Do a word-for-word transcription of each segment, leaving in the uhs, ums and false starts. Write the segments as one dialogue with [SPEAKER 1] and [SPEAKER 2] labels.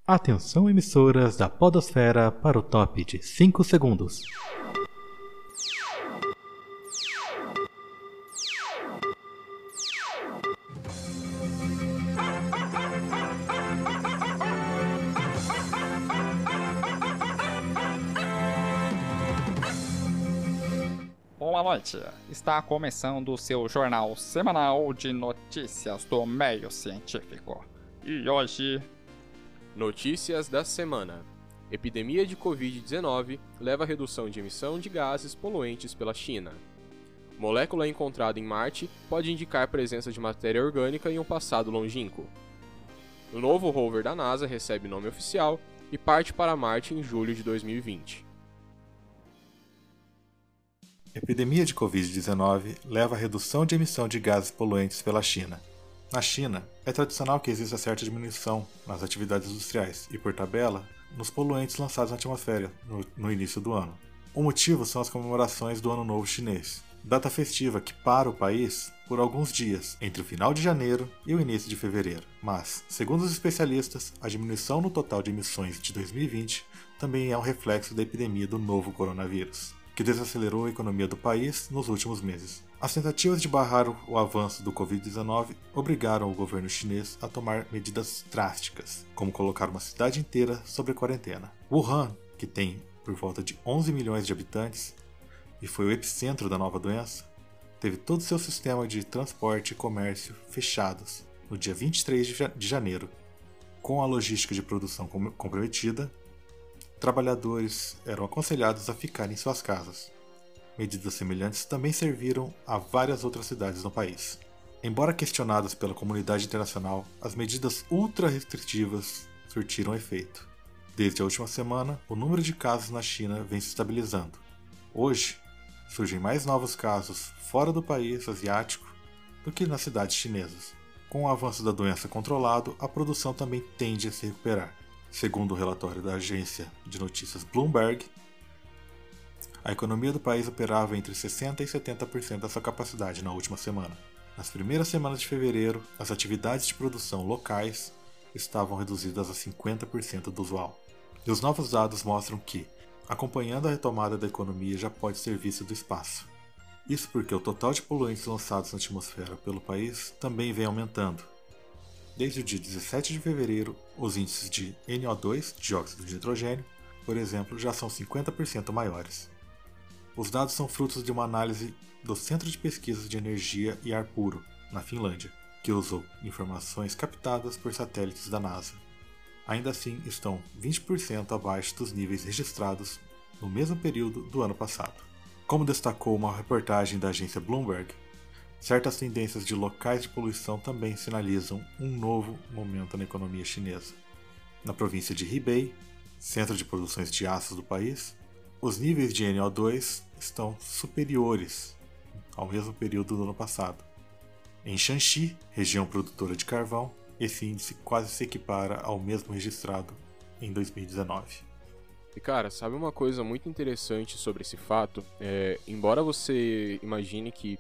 [SPEAKER 1] Atenção, emissoras da Podosfera, para o top de cinco segundos.
[SPEAKER 2] Boa noite, está começando o seu jornal semanal de notícias do meio científico. E hoje...
[SPEAKER 3] Notícias da semana. Epidemia de covid dezenove leva à redução de emissão de gases poluentes pela China. Molécula encontrada em Marte pode indicar presença de matéria orgânica em um passado longínquo. O novo rover da NASA recebe nome oficial e parte para Marte em julho de dois mil e vinte.
[SPEAKER 1] Epidemia de covid dezenove leva à redução de emissão de gases poluentes pela China. Na China, é tradicional que exista certa diminuição nas atividades industriais e, por tabela, nos poluentes lançados na atmosfera no, no início do ano. O motivo são as comemorações do Ano Novo Chinês, data festiva que para o país por alguns dias entre o final de janeiro e o início de fevereiro. Mas, segundo os especialistas, a diminuição no total de emissões de dois mil e vinte também é um reflexo da epidemia do novo coronavírus, que desacelerou a economia do país nos últimos meses. As tentativas de barrar o avanço do covid dezenove obrigaram o governo chinês a tomar medidas drásticas, como colocar uma cidade inteira sob quarentena. Wuhan, que tem por volta de onze milhões de habitantes e foi o epicentro da nova doença, teve todo o seu sistema de transporte e comércio fechados no dia vinte e três de janeiro. Com a logística de produção comprometida, trabalhadores eram aconselhados a ficar em suas casas. Medidas semelhantes também serviram a várias outras cidades no país. Embora questionadas pela comunidade internacional, as medidas ultra-restritivas surtiram efeito. Desde a última semana, o número de casos na China vem se estabilizando. Hoje, surgem mais novos casos fora do país asiático do que nas cidades chinesas. Com o avanço da doença controlado, a produção também tende a se recuperar. Segundo o relatório da agência de notícias Bloomberg, a economia do país operava entre sessenta por cento e setenta por cento da sua capacidade na última semana. Nas primeiras semanas de fevereiro, as atividades de produção locais estavam reduzidas a cinquenta por cento do usual. E os novos dados mostram que, acompanhando a retomada da economia, já pode ser vista do espaço. Isso porque o total de poluentes lançados na atmosfera pelo país também vem aumentando. Desde o dia dezessete de fevereiro, os índices de N O dois, dióxido de nitrogênio, por exemplo, já são cinquenta por cento maiores. Os dados são frutos de uma análise do Centro de Pesquisas de Energia e Ar Puro, na Finlândia, que usou informações captadas por satélites da NASA. Ainda assim, estão vinte por cento abaixo dos níveis registrados no mesmo período do ano passado. Como destacou uma reportagem da agência Bloomberg, certas tendências de locais de poluição também sinalizam um novo momento na economia chinesa. Na província de Hebei, centro de produções de aços do país, os níveis de N O dois estão superiores ao mesmo período do ano passado. Em Shanxi, região produtora de carvão, esse índice quase se equipara ao mesmo registrado em dois mil e dezenove.
[SPEAKER 3] E cara, sabe uma coisa muito interessante sobre esse fato? É, embora você imagine que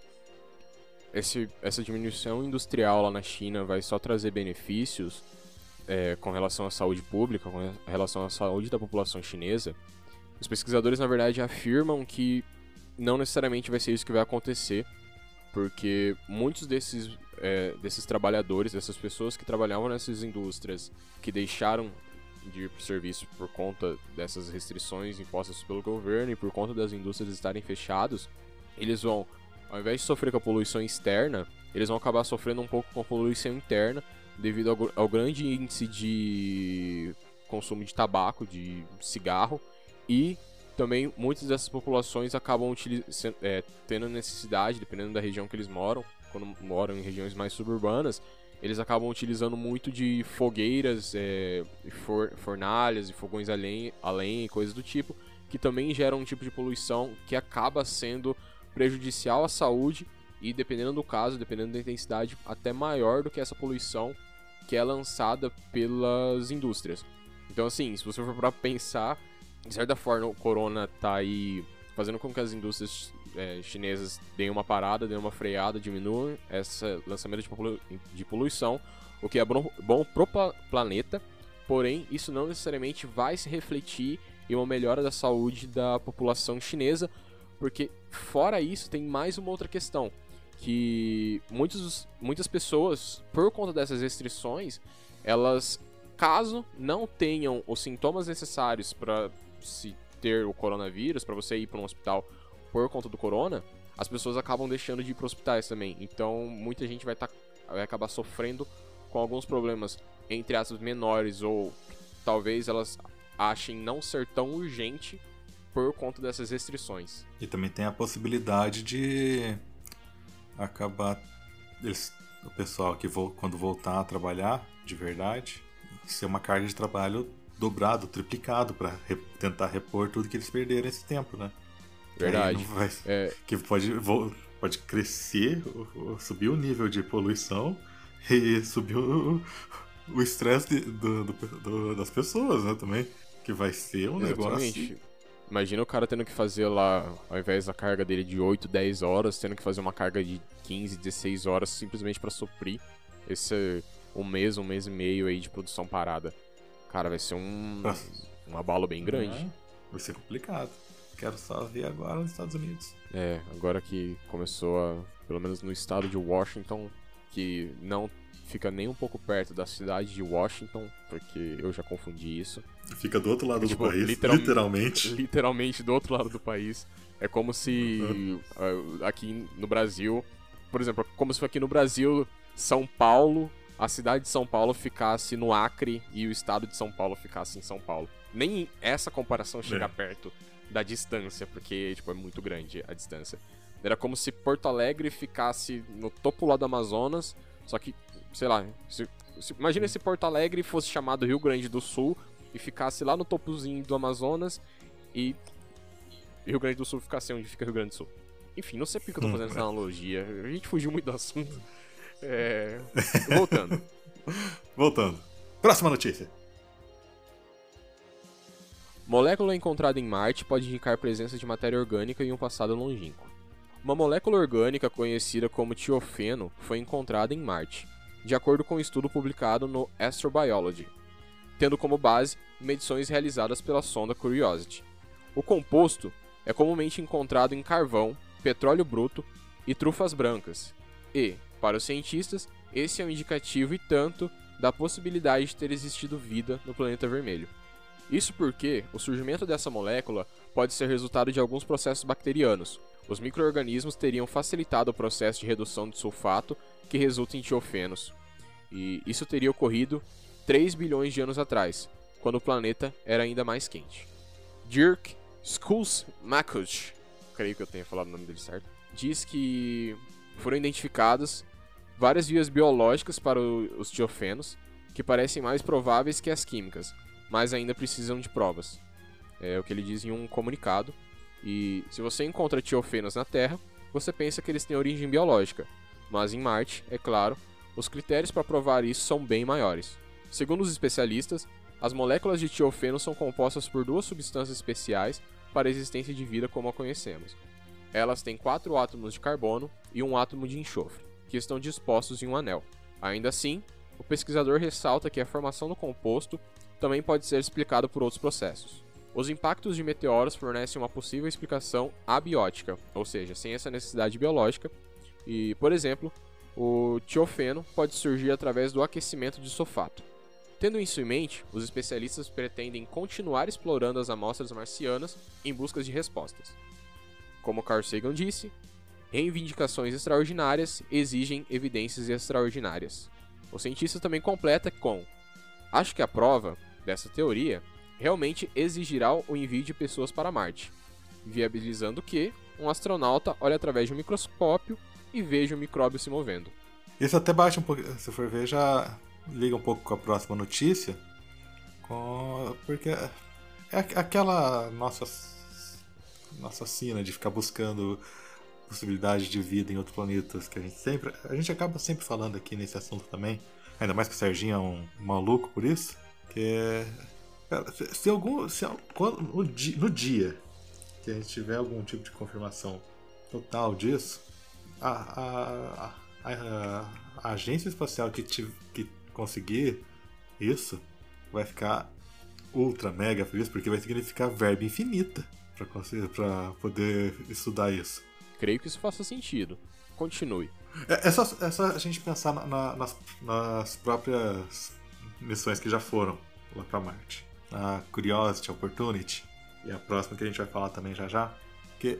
[SPEAKER 3] Esse, essa diminuição industrial lá na China vai só trazer benefícios é, com relação à saúde pública, com relação à saúde da população chinesa, os pesquisadores, na verdade, afirmam que não necessariamente vai ser isso que vai acontecer, porque muitos desses, é, desses trabalhadores, dessas pessoas que trabalhavam nessas indústrias, que deixaram de ir para o serviço por conta dessas restrições impostas pelo governo e por conta das indústrias estarem fechadas, eles vão, ao invés de sofrer com a poluição externa, eles vão acabar sofrendo um pouco com a poluição interna devido ao, ao grande índice de consumo de tabaco, de cigarro, e também muitas dessas populações acabam utiliz- é, tendo necessidade, dependendo da região que eles moram, quando moram em regiões mais suburbanas, eles acabam utilizando muito de fogueiras, é, for, fornalhas e fogões a lenha, a lenha e coisas do tipo, que também geram um tipo de poluição que acaba sendo prejudicial à saúde e, dependendo do caso, dependendo da intensidade, até maior do que essa poluição que é lançada pelas indústrias. Então, assim, se você for para pensar, de certa forma o corona tá aí fazendo com que as indústrias é, chinesas deem uma parada, deem uma freada, diminuam esse lançamento de, polu- de poluição, o que é bom, bom pro planeta, porém isso não necessariamente vai se refletir em uma melhora da saúde da população chinesa, porque fora isso tem mais uma outra questão, que muitos, muitas pessoas, por conta dessas restrições, elas, caso não tenham os sintomas necessários para se ter o coronavírus, para você ir para um hospital por conta do corona, as pessoas acabam deixando de ir para hospitais também. Então muita gente vai, tá, vai acabar sofrendo com alguns problemas, entre aspas, menores, ou talvez elas achem não ser tão urgente por conta dessas restrições.
[SPEAKER 1] E também tem a possibilidade de acabar eles, o pessoal que vo, quando voltar a trabalhar de verdade, ser uma carga de trabalho dobrado, triplicado para re, tentar repor tudo que eles perderam esse tempo, né?
[SPEAKER 3] Verdade.
[SPEAKER 1] Vai,
[SPEAKER 3] é...
[SPEAKER 1] Que pode, pode crescer, subir o nível de poluição e subir o estresse do, do, do, das pessoas, né, também. Que vai ser um
[SPEAKER 3] Exatamente.
[SPEAKER 1] negócio...
[SPEAKER 3] Imagina o cara tendo que fazer lá, ao invés da carga dele de oito, dez horas, tendo que fazer uma carga de quinze, dezesseis horas simplesmente pra suprir esse um mês, um mês e meio aí de produção parada. Cara, vai ser um,
[SPEAKER 1] pra...
[SPEAKER 3] um abalo bem grande.
[SPEAKER 1] É, vai ser complicado. Quero só ver agora nos Estados Unidos.
[SPEAKER 3] É, agora que começou a, pelo menos no estado de Washington, que não fica nem um pouco perto da cidade de Washington, porque eu já confundi isso.
[SPEAKER 1] Fica do outro lado
[SPEAKER 3] é, tipo,
[SPEAKER 1] do país,
[SPEAKER 3] literal,
[SPEAKER 1] literalmente.
[SPEAKER 3] Literalmente do outro lado do país. É como se uh, aqui no Brasil, por exemplo, como se aqui no Brasil, São Paulo, a cidade de São Paulo ficasse no Acre e o estado de São Paulo ficasse em São Paulo. Nem essa comparação chega
[SPEAKER 1] é.
[SPEAKER 3] perto da distância, porque tipo, é muito grande a distância. Era como se Porto Alegre ficasse no topo lá do Amazonas, só que, sei lá, se, se, imagina se Porto Alegre fosse chamado Rio Grande do Sul e ficasse lá no topozinho do Amazonas e Rio Grande do Sul ficasse onde fica Rio Grande do Sul. Enfim, não sei porque eu tô fazendo essa analogia, a gente fugiu muito do assunto. É... Voltando.
[SPEAKER 1] Voltando. Próxima notícia.
[SPEAKER 3] Molécula encontrada em Marte pode indicar presença de matéria orgânica em um passado longínquo. Uma molécula orgânica conhecida como tiofeno foi encontrada em Marte, de acordo com um estudo publicado no Astrobiology, tendo como base medições realizadas pela sonda Curiosity. O composto é comumente encontrado em carvão, petróleo bruto e trufas brancas, e, para os cientistas, esse é um indicativo e tanto da possibilidade de ter existido vida no planeta vermelho. Isso porque o surgimento dessa molécula pode ser resultado de alguns processos bacterianos. Os micro-organismos teriam facilitado o processo de redução de sulfato que resulta em tiofenos. E isso teria ocorrido três bilhões de anos atrás, quando o planeta era ainda mais quente. Dirk Schulze-Makuch, creio que eu tenha falado o nome dele certo, diz que foram identificadas várias vias biológicas para o, os tiofenos que parecem mais prováveis que as químicas, mas ainda precisam de provas. É o que ele diz em um comunicado. E se você encontra tiofenos na Terra, você pensa que eles têm origem biológica, mas em Marte, é claro, os critérios para provar isso são bem maiores. Segundo os especialistas, as moléculas de tiofeno são compostas por duas substâncias especiais para a existência de vida como a conhecemos. Elas têm quatro átomos de carbono e um átomo de enxofre, que estão dispostos em um anel. Ainda assim, o pesquisador ressalta que a formação do composto também pode ser explicado por outros processos. Os impactos de meteoros fornecem uma possível explicação abiótica, ou seja, sem essa necessidade biológica, e, por exemplo, o tiofeno pode surgir através do aquecimento de sulfato. Tendo isso em mente, os especialistas pretendem continuar explorando as amostras marcianas em busca de respostas. Como Carl Sagan disse, reivindicações extraordinárias exigem evidências extraordinárias. O cientista também completa com: acho que a prova dessa teoria realmente exigirá o envio de pessoas para Marte, viabilizando que um astronauta olhe através de um microscópio e veja o micróbio se movendo.
[SPEAKER 1] Isso até bate um pouco, se for ver, já liga um pouco com a próxima notícia, com... porque é aquela nossa, nossa sina de ficar buscando possibilidade de vida em outros planetas, que a gente sempre, a gente acaba sempre falando aqui nesse assunto também, ainda mais que o Serginho é um maluco por isso, que é... Cara, se, se algum. Se, quando, no, dia, no dia que a gente tiver algum tipo de confirmação total disso, a, a, a, a, a agência espacial que, te, que conseguir isso vai ficar ultra mega feliz, porque vai significar verba infinita pra, conseguir, pra poder estudar isso.
[SPEAKER 3] Creio que isso faça sentido. Continue.
[SPEAKER 1] É, é, só, é só a gente pensar na, na, nas, nas próprias missões que já foram lá pra Marte. A Curiosity, a Opportunity e a próxima que a gente vai falar também já já. Que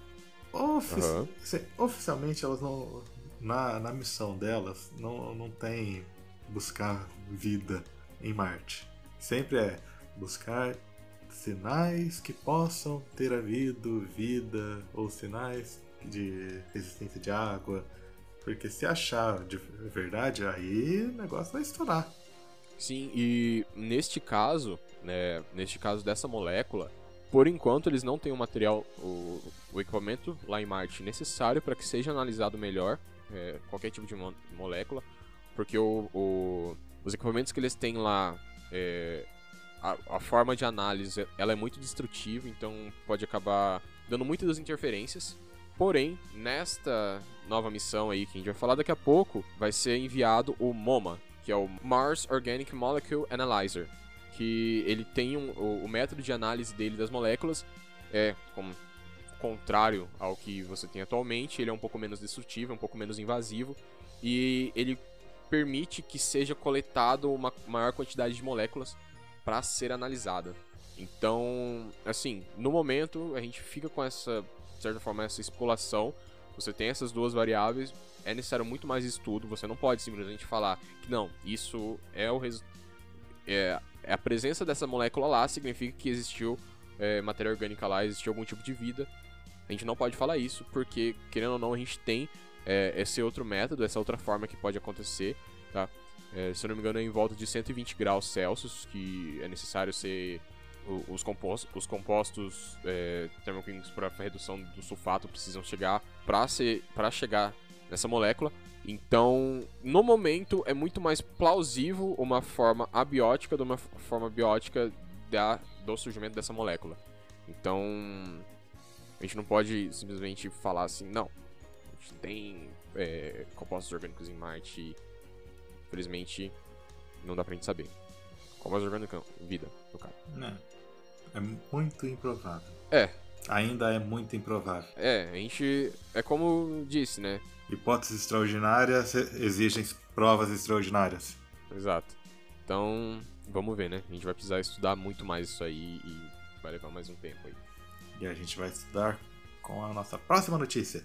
[SPEAKER 1] ofici uhum. oficialmente elas não... Na, na missão delas não, não tem buscar vida em Marte. Sempre é buscar sinais que possam ter havido vida ou sinais de resistência de água. Porque se achar de verdade, aí o negócio vai estourar.
[SPEAKER 3] Sim, e neste caso, né, neste caso dessa molécula, por enquanto eles não têm o material, o, o equipamento lá em Marte necessário para que seja analisado melhor é, qualquer tipo de mo molécula, porque o, o, os equipamentos que eles têm lá, é, a, a forma de análise ela é muito destrutiva, então pode acabar dando muitas interferências. Porém, nesta nova missão aí que a gente vai falar daqui a pouco, vai ser enviado o MOMA, que é o Mars Organic Molecule Analyzer, que ele tem um, o, o método de análise dele das moléculas é como contrário ao que você tem atualmente, ele é um pouco menos destrutivo, um pouco menos invasivo, e ele permite que seja coletado uma maior quantidade de moléculas para ser analisada. Então, assim, no momento a gente fica com essa, de certa forma, essa especulação. Você tem essas duas variáveis, é necessário muito mais estudo, você não pode simplesmente falar que não, isso é o resultado. É, a presença dessa molécula lá significa que existiu é, matéria orgânica lá, existiu algum tipo de vida. A gente não pode falar isso, porque, querendo ou não, a gente tem é, esse outro método, essa outra forma que pode acontecer, tá? É, se eu não me engano, é em volta de cento e vinte graus Celsius, que é necessário ser o, os compostos, os compostos é, termoquímicos para redução do sulfato precisam chegar para ser, para chegar nessa molécula. Então, no momento, é muito mais plausível uma forma abiótica de uma forma biótica da, do surgimento dessa molécula. Então, a gente não pode simplesmente falar assim, não, a gente tem é, compostos orgânicos em Marte. Infelizmente, não dá pra gente saber. Compostos orgânicos, vida, no caso.
[SPEAKER 1] Não, é muito improvável.
[SPEAKER 3] É.
[SPEAKER 1] Ainda é muito improvável.
[SPEAKER 3] É, a gente... É como disse, né?
[SPEAKER 1] Hipóteses extraordinárias exigem provas extraordinárias.
[SPEAKER 3] Exato. Então, vamos ver, né? A gente vai precisar estudar muito mais isso aí e vai levar mais um tempo aí.
[SPEAKER 1] E a gente vai estudar com a nossa próxima notícia.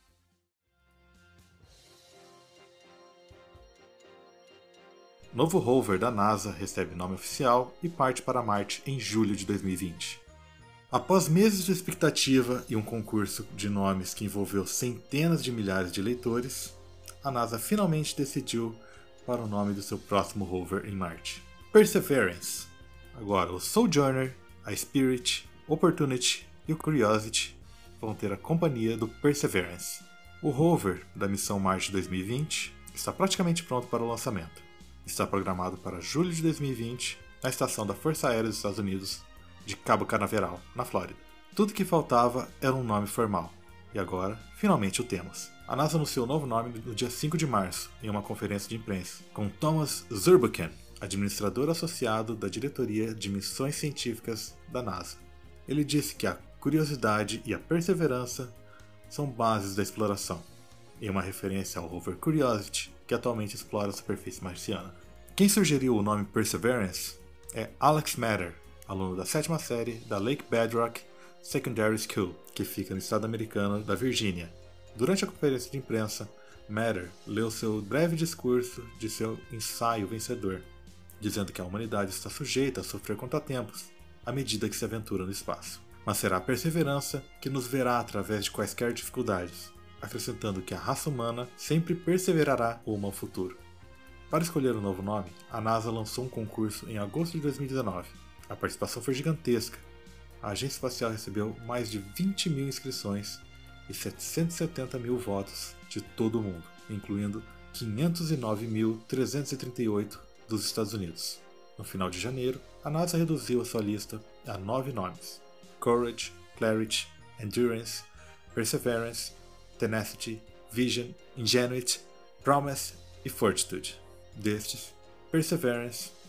[SPEAKER 1] Novo rover da NASA recebe nome oficial e parte para Marte em julho de dois mil e vinte. Após meses de expectativa e um concurso de nomes que envolveu centenas de milhares de leitores, a NASA finalmente decidiu para o nome do seu próximo rover em Marte: Perseverance. Agora, o Sojourner, a Spirit, Opportunity e o Curiosity vão ter a companhia do Perseverance. O rover da missão Marte dois mil e vinte está praticamente pronto para o lançamento. Está programado para julho de dois mil e vinte na estação da Força Aérea dos Estados Unidos de Cabo Canaveral, na Flórida. Tudo que faltava era um nome formal. E agora, finalmente o temos. A NASA anunciou o novo nome no dia cinco de março, em uma conferência de imprensa, com Thomas Zurbuchen, administrador associado da Diretoria de Missões Científicas da NASA. Ele disse que a curiosidade e a perseverança são bases da exploração, em uma referência ao rover Curiosity, que atualmente explora a superfície marciana. Quem sugeriu o nome Perseverance é Alex Matter, aluno da sétima série da Lake Bedrock Secondary School, que fica no estado americano da Virgínia. Durante a conferência de imprensa, Matter leu seu breve discurso de seu ensaio vencedor, dizendo que a humanidade está sujeita a sofrer contratempos à medida que se aventura no espaço. Mas será a perseverança que nos verá através de quaisquer dificuldades, acrescentando que a raça humana sempre perseverará rumo ao futuro. Para escolher o novo nome, a NASA lançou um concurso em agosto de dois mil e dezenove. A participação foi gigantesca. A agência espacial recebeu mais de vinte mil inscrições e setecentos e setenta mil votos de todo o mundo, incluindo quinhentos e nove mil trezentos e trinta e oito dos Estados Unidos. No final de janeiro, a NASA reduziu a sua lista a nove nomes: Courage, Clarity, Endurance, Perseverance, Tenacity, Vision, Ingenuity, Promise e Fortitude. Destes, Perseverance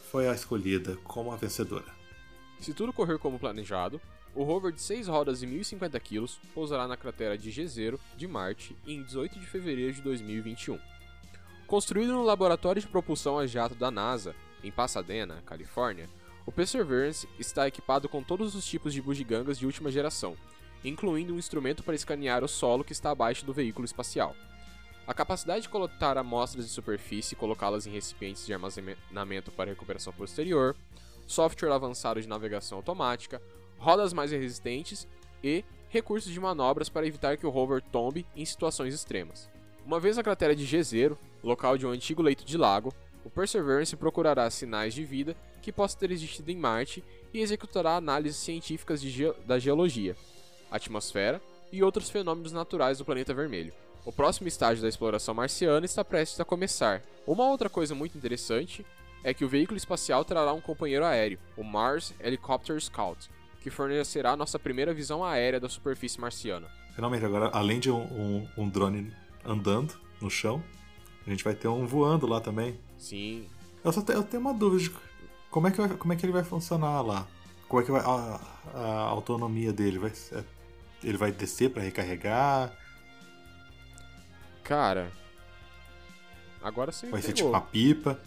[SPEAKER 1] foi a escolhida como a vencedora.
[SPEAKER 3] Se tudo correr como planejado, o rover de seis rodas e mil e cinquenta quilos pousará na cratera de Jezero, de Marte, em dezoito de fevereiro de dois mil e vinte e um. Construído no Laboratório de Propulsão a Jato da NASA, em Pasadena, Califórnia, o Perseverance está equipado com todos os tipos de bugigangas de última geração, incluindo um instrumento para escanear o solo que está abaixo do veículo espacial. A capacidade de coletar amostras de superfície e colocá-las em recipientes de armazenamento para recuperação posterior, software avançado de navegação automática, rodas mais resistentes e recursos de manobras para evitar que o rover tombe em situações extremas. Uma vez na cratera de Jezero, local de um antigo leito de lago, o Perseverance procurará sinais de vida que possam ter existido em Marte e executará análises científicas de ge- da geologia, atmosfera e outros fenômenos naturais do planeta vermelho. O próximo estágio da exploração marciana está prestes a começar. Uma outra coisa muito interessante é que o veículo espacial trará um companheiro aéreo, o Mars Helicopter Scout, que fornecerá nossa primeira visão aérea da superfície marciana.
[SPEAKER 1] Finalmente, agora, além de um, um, um drone andando no chão, a gente vai ter um voando lá também.
[SPEAKER 3] Sim.
[SPEAKER 1] Eu, só te, eu tenho uma dúvida de como é, que vai, como é que ele vai funcionar lá. Como é que vai a, a autonomia dele? Vai, é, ele vai descer para recarregar?
[SPEAKER 3] Cara, agora você me
[SPEAKER 1] Vai ser
[SPEAKER 3] pegou.
[SPEAKER 1] tipo uma pipa?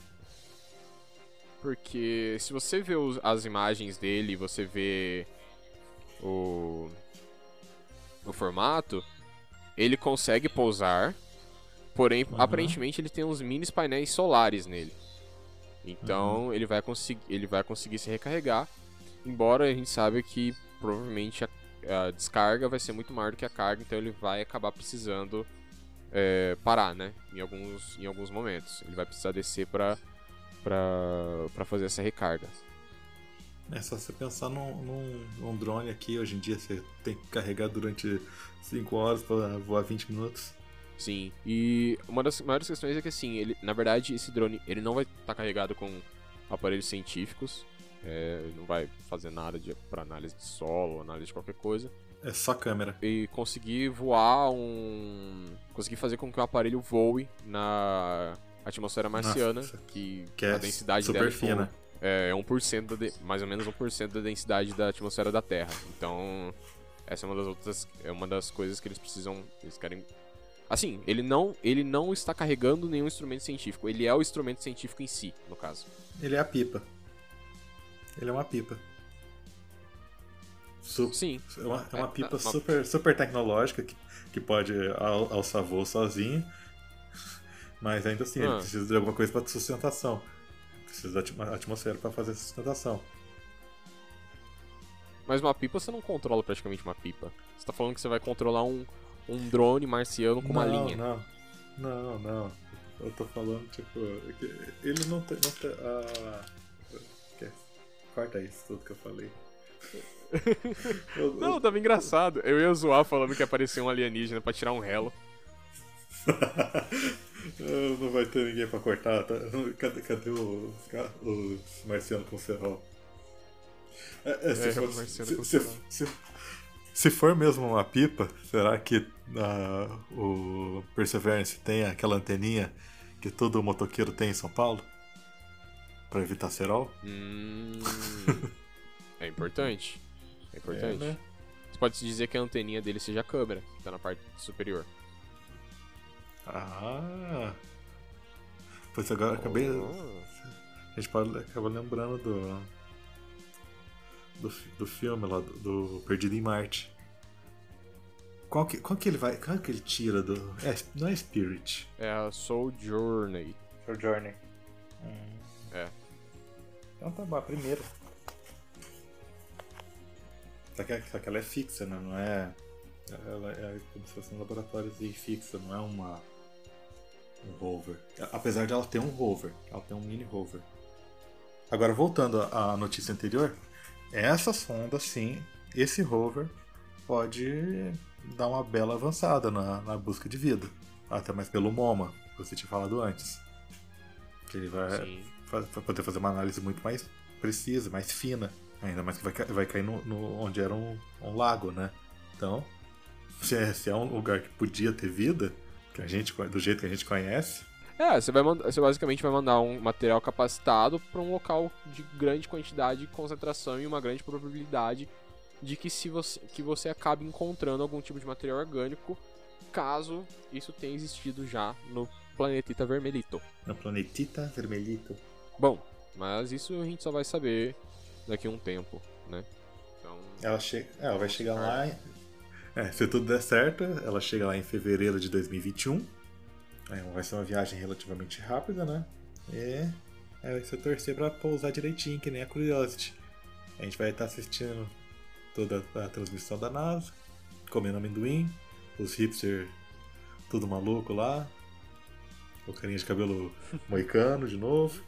[SPEAKER 3] Porque se você vê os, as imagens dele, você vê o, o formato, ele consegue pousar, porém,
[SPEAKER 1] Uhum.
[SPEAKER 3] aparentemente ele tem uns mini painéis solares nele. Então,
[SPEAKER 1] Uhum.
[SPEAKER 3] ele, vai conseguir, ele vai conseguir se recarregar, embora a gente saiba que provavelmente a, a descarga vai ser muito maior do que a carga, então ele vai acabar precisando é, parar, né? Em alguns, em alguns momentos. Ele vai precisar descer para para fazer essa recarga.
[SPEAKER 1] É só você pensar num, num, num drone aqui, hoje em dia você tem que carregar durante cinco horas para voar vinte minutos.
[SPEAKER 3] Sim, e uma das maiores questões é que assim, ele, na verdade esse drone ele não vai estar tá carregado com aparelhos científicos, é, ele não vai fazer nada para análise de solo, análise de qualquer coisa.
[SPEAKER 1] É só câmera.
[SPEAKER 3] E conseguir voar um... conseguir fazer com que o aparelho voe na atmosfera marciana,
[SPEAKER 1] Nossa,
[SPEAKER 3] que,
[SPEAKER 1] que é
[SPEAKER 3] a densidade
[SPEAKER 1] super
[SPEAKER 3] dela
[SPEAKER 1] fina.
[SPEAKER 3] é um por cento da de... mais ou menos um por cento da densidade da atmosfera da Terra. Então, essa é uma das outras, é uma das coisas que eles precisam, eles querem. Assim, ele não, ele não está carregando nenhum instrumento científico, ele é o instrumento científico em si, no caso.
[SPEAKER 1] Ele é a pipa. Ele é uma pipa. Su-
[SPEAKER 3] Sim.
[SPEAKER 1] É uma, é uma
[SPEAKER 3] É,
[SPEAKER 1] pipa
[SPEAKER 3] uma-
[SPEAKER 1] super, super tecnológica que, que pode al- alçar voo sozinho. Mas ainda assim, ele
[SPEAKER 3] Ah.
[SPEAKER 1] precisa de alguma coisa para sustentação. Precisa da atma- atmosfera para fazer sustentação.
[SPEAKER 3] Mas uma pipa você não controla praticamente uma pipa. Você tá falando que você vai controlar um, um drone marciano com uma
[SPEAKER 1] não,
[SPEAKER 3] linha.
[SPEAKER 1] Não, não, não. Eu tô falando, tipo, que ele não tem. Não tem ah, que- corta isso tudo que eu falei. Eu-
[SPEAKER 3] Não,
[SPEAKER 1] eu-
[SPEAKER 3] tava engraçado. Eu ia zoar falando que apareceu um alienígena pra tirar um relo.
[SPEAKER 1] Não vai ter ninguém pra cortar. Tá? Cadê, cadê os, os marcianos com cerol? É, é, se,
[SPEAKER 3] É,
[SPEAKER 1] for,
[SPEAKER 3] o marciano
[SPEAKER 1] se,
[SPEAKER 3] com
[SPEAKER 1] se,
[SPEAKER 3] cerol.
[SPEAKER 1] se, se for mesmo uma pipa, será que ah, o Perseverance tem aquela anteninha que todo motoqueiro tem em São Paulo? Pra evitar cerol?
[SPEAKER 3] Hum, é importante. É importante.
[SPEAKER 1] É, né?
[SPEAKER 3] Você pode se dizer que a anteninha dele seja a câmera, que tá na parte superior.
[SPEAKER 1] Ah! Pois agora acabei.
[SPEAKER 3] Oh.
[SPEAKER 1] A gente pode acabar lembrando do. Do, fi- do filme lá, do, do Perdido em Marte. Qual que, qual que ele vai. Qual que ele tira do. É, não é Spirit.
[SPEAKER 3] É a Sojourney.
[SPEAKER 1] Journey.
[SPEAKER 3] É.
[SPEAKER 1] Então tá bom, a primeira. Só que, só que ela é fixa, né? Não é. Ela é como se fosse um laboratório fixa, não é uma. Um rover. Apesar de ela ter um rover. Ela tem um mini rover. Agora, voltando à notícia anterior, essa sonda, sim, esse rover pode dar uma bela avançada na, na busca de vida. Até mais pelo MoMA, que você tinha falado antes. Que ele vai,
[SPEAKER 3] Sim.
[SPEAKER 1] vai poder fazer uma análise muito mais precisa, mais fina. Ainda mais que vai, ca- vai cair no, no- onde era um, um lago, né? Então, se é, se é um lugar que podia ter vida, que a gente, co- do jeito que a gente conhece,
[SPEAKER 3] É, você, vai manda, você basicamente vai mandar um material capacitado para um local de grande quantidade de concentração e uma grande probabilidade de que, se você, que você acabe encontrando algum tipo de material orgânico, caso isso tenha existido já no Planetita Vermelhito.
[SPEAKER 1] No Planetita Vermelhito.
[SPEAKER 3] Bom, mas isso a gente só vai saber daqui a um tempo, né? Então,
[SPEAKER 1] ela, che... ela vai chegar lá... Em... É, se tudo der certo, ela chega lá em fevereiro de dois mil e vinte e um. É, vai ser uma viagem relativamente rápida, né? E é, vai ser torcer pra pousar direitinho, que nem a Curiosity. A gente vai estar assistindo toda a transmissão da NASA, comendo amendoim, os hipsters tudo maluco lá, o carinha de cabelo moicano de novo.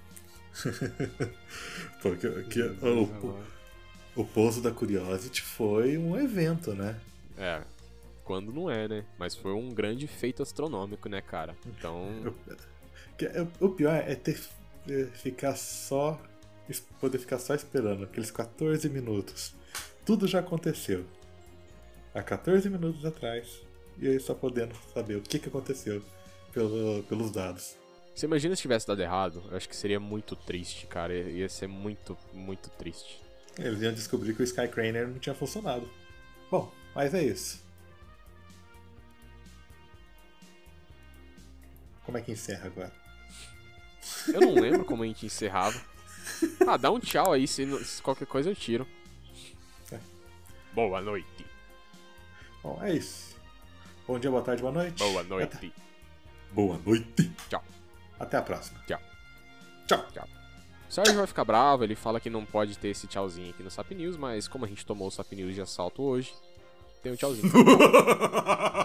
[SPEAKER 1] Porque que, o, o, o pouso da Curiosity foi um evento, né?
[SPEAKER 3] É, quando não é, né? Mas foi um grande feito astronômico, né, cara? Então...
[SPEAKER 1] O pior é ter é ficar só... poder ficar só esperando aqueles quatorze minutos. Tudo já aconteceu. Há quatorze minutos atrás. E aí só podendo saber o que, que aconteceu pelo, pelos dados.
[SPEAKER 3] Você imagina se tivesse dado errado? Eu acho que seria muito triste, cara. Ia ser muito, muito triste.
[SPEAKER 1] Eles iam descobrir que o Sky Craner não tinha funcionado. Bom, mas é isso. Como é que encerra agora?
[SPEAKER 3] Eu não lembro como a gente encerrava. Ah, dá um tchau aí, se, se qualquer coisa eu tiro.
[SPEAKER 1] É.
[SPEAKER 3] Boa noite.
[SPEAKER 1] Bom, é isso. Bom dia, boa tarde, boa noite.
[SPEAKER 3] Boa noite.
[SPEAKER 1] Até... Boa noite.
[SPEAKER 3] Tchau.
[SPEAKER 1] Até a próxima.
[SPEAKER 3] Tchau.
[SPEAKER 1] Tchau.
[SPEAKER 3] Tchau. O Sérgio vai ficar bravo, ele fala que não pode ter esse tchauzinho aqui no Sap News, mas como a gente tomou o Sap News de assalto hoje, tem um tchauzinho.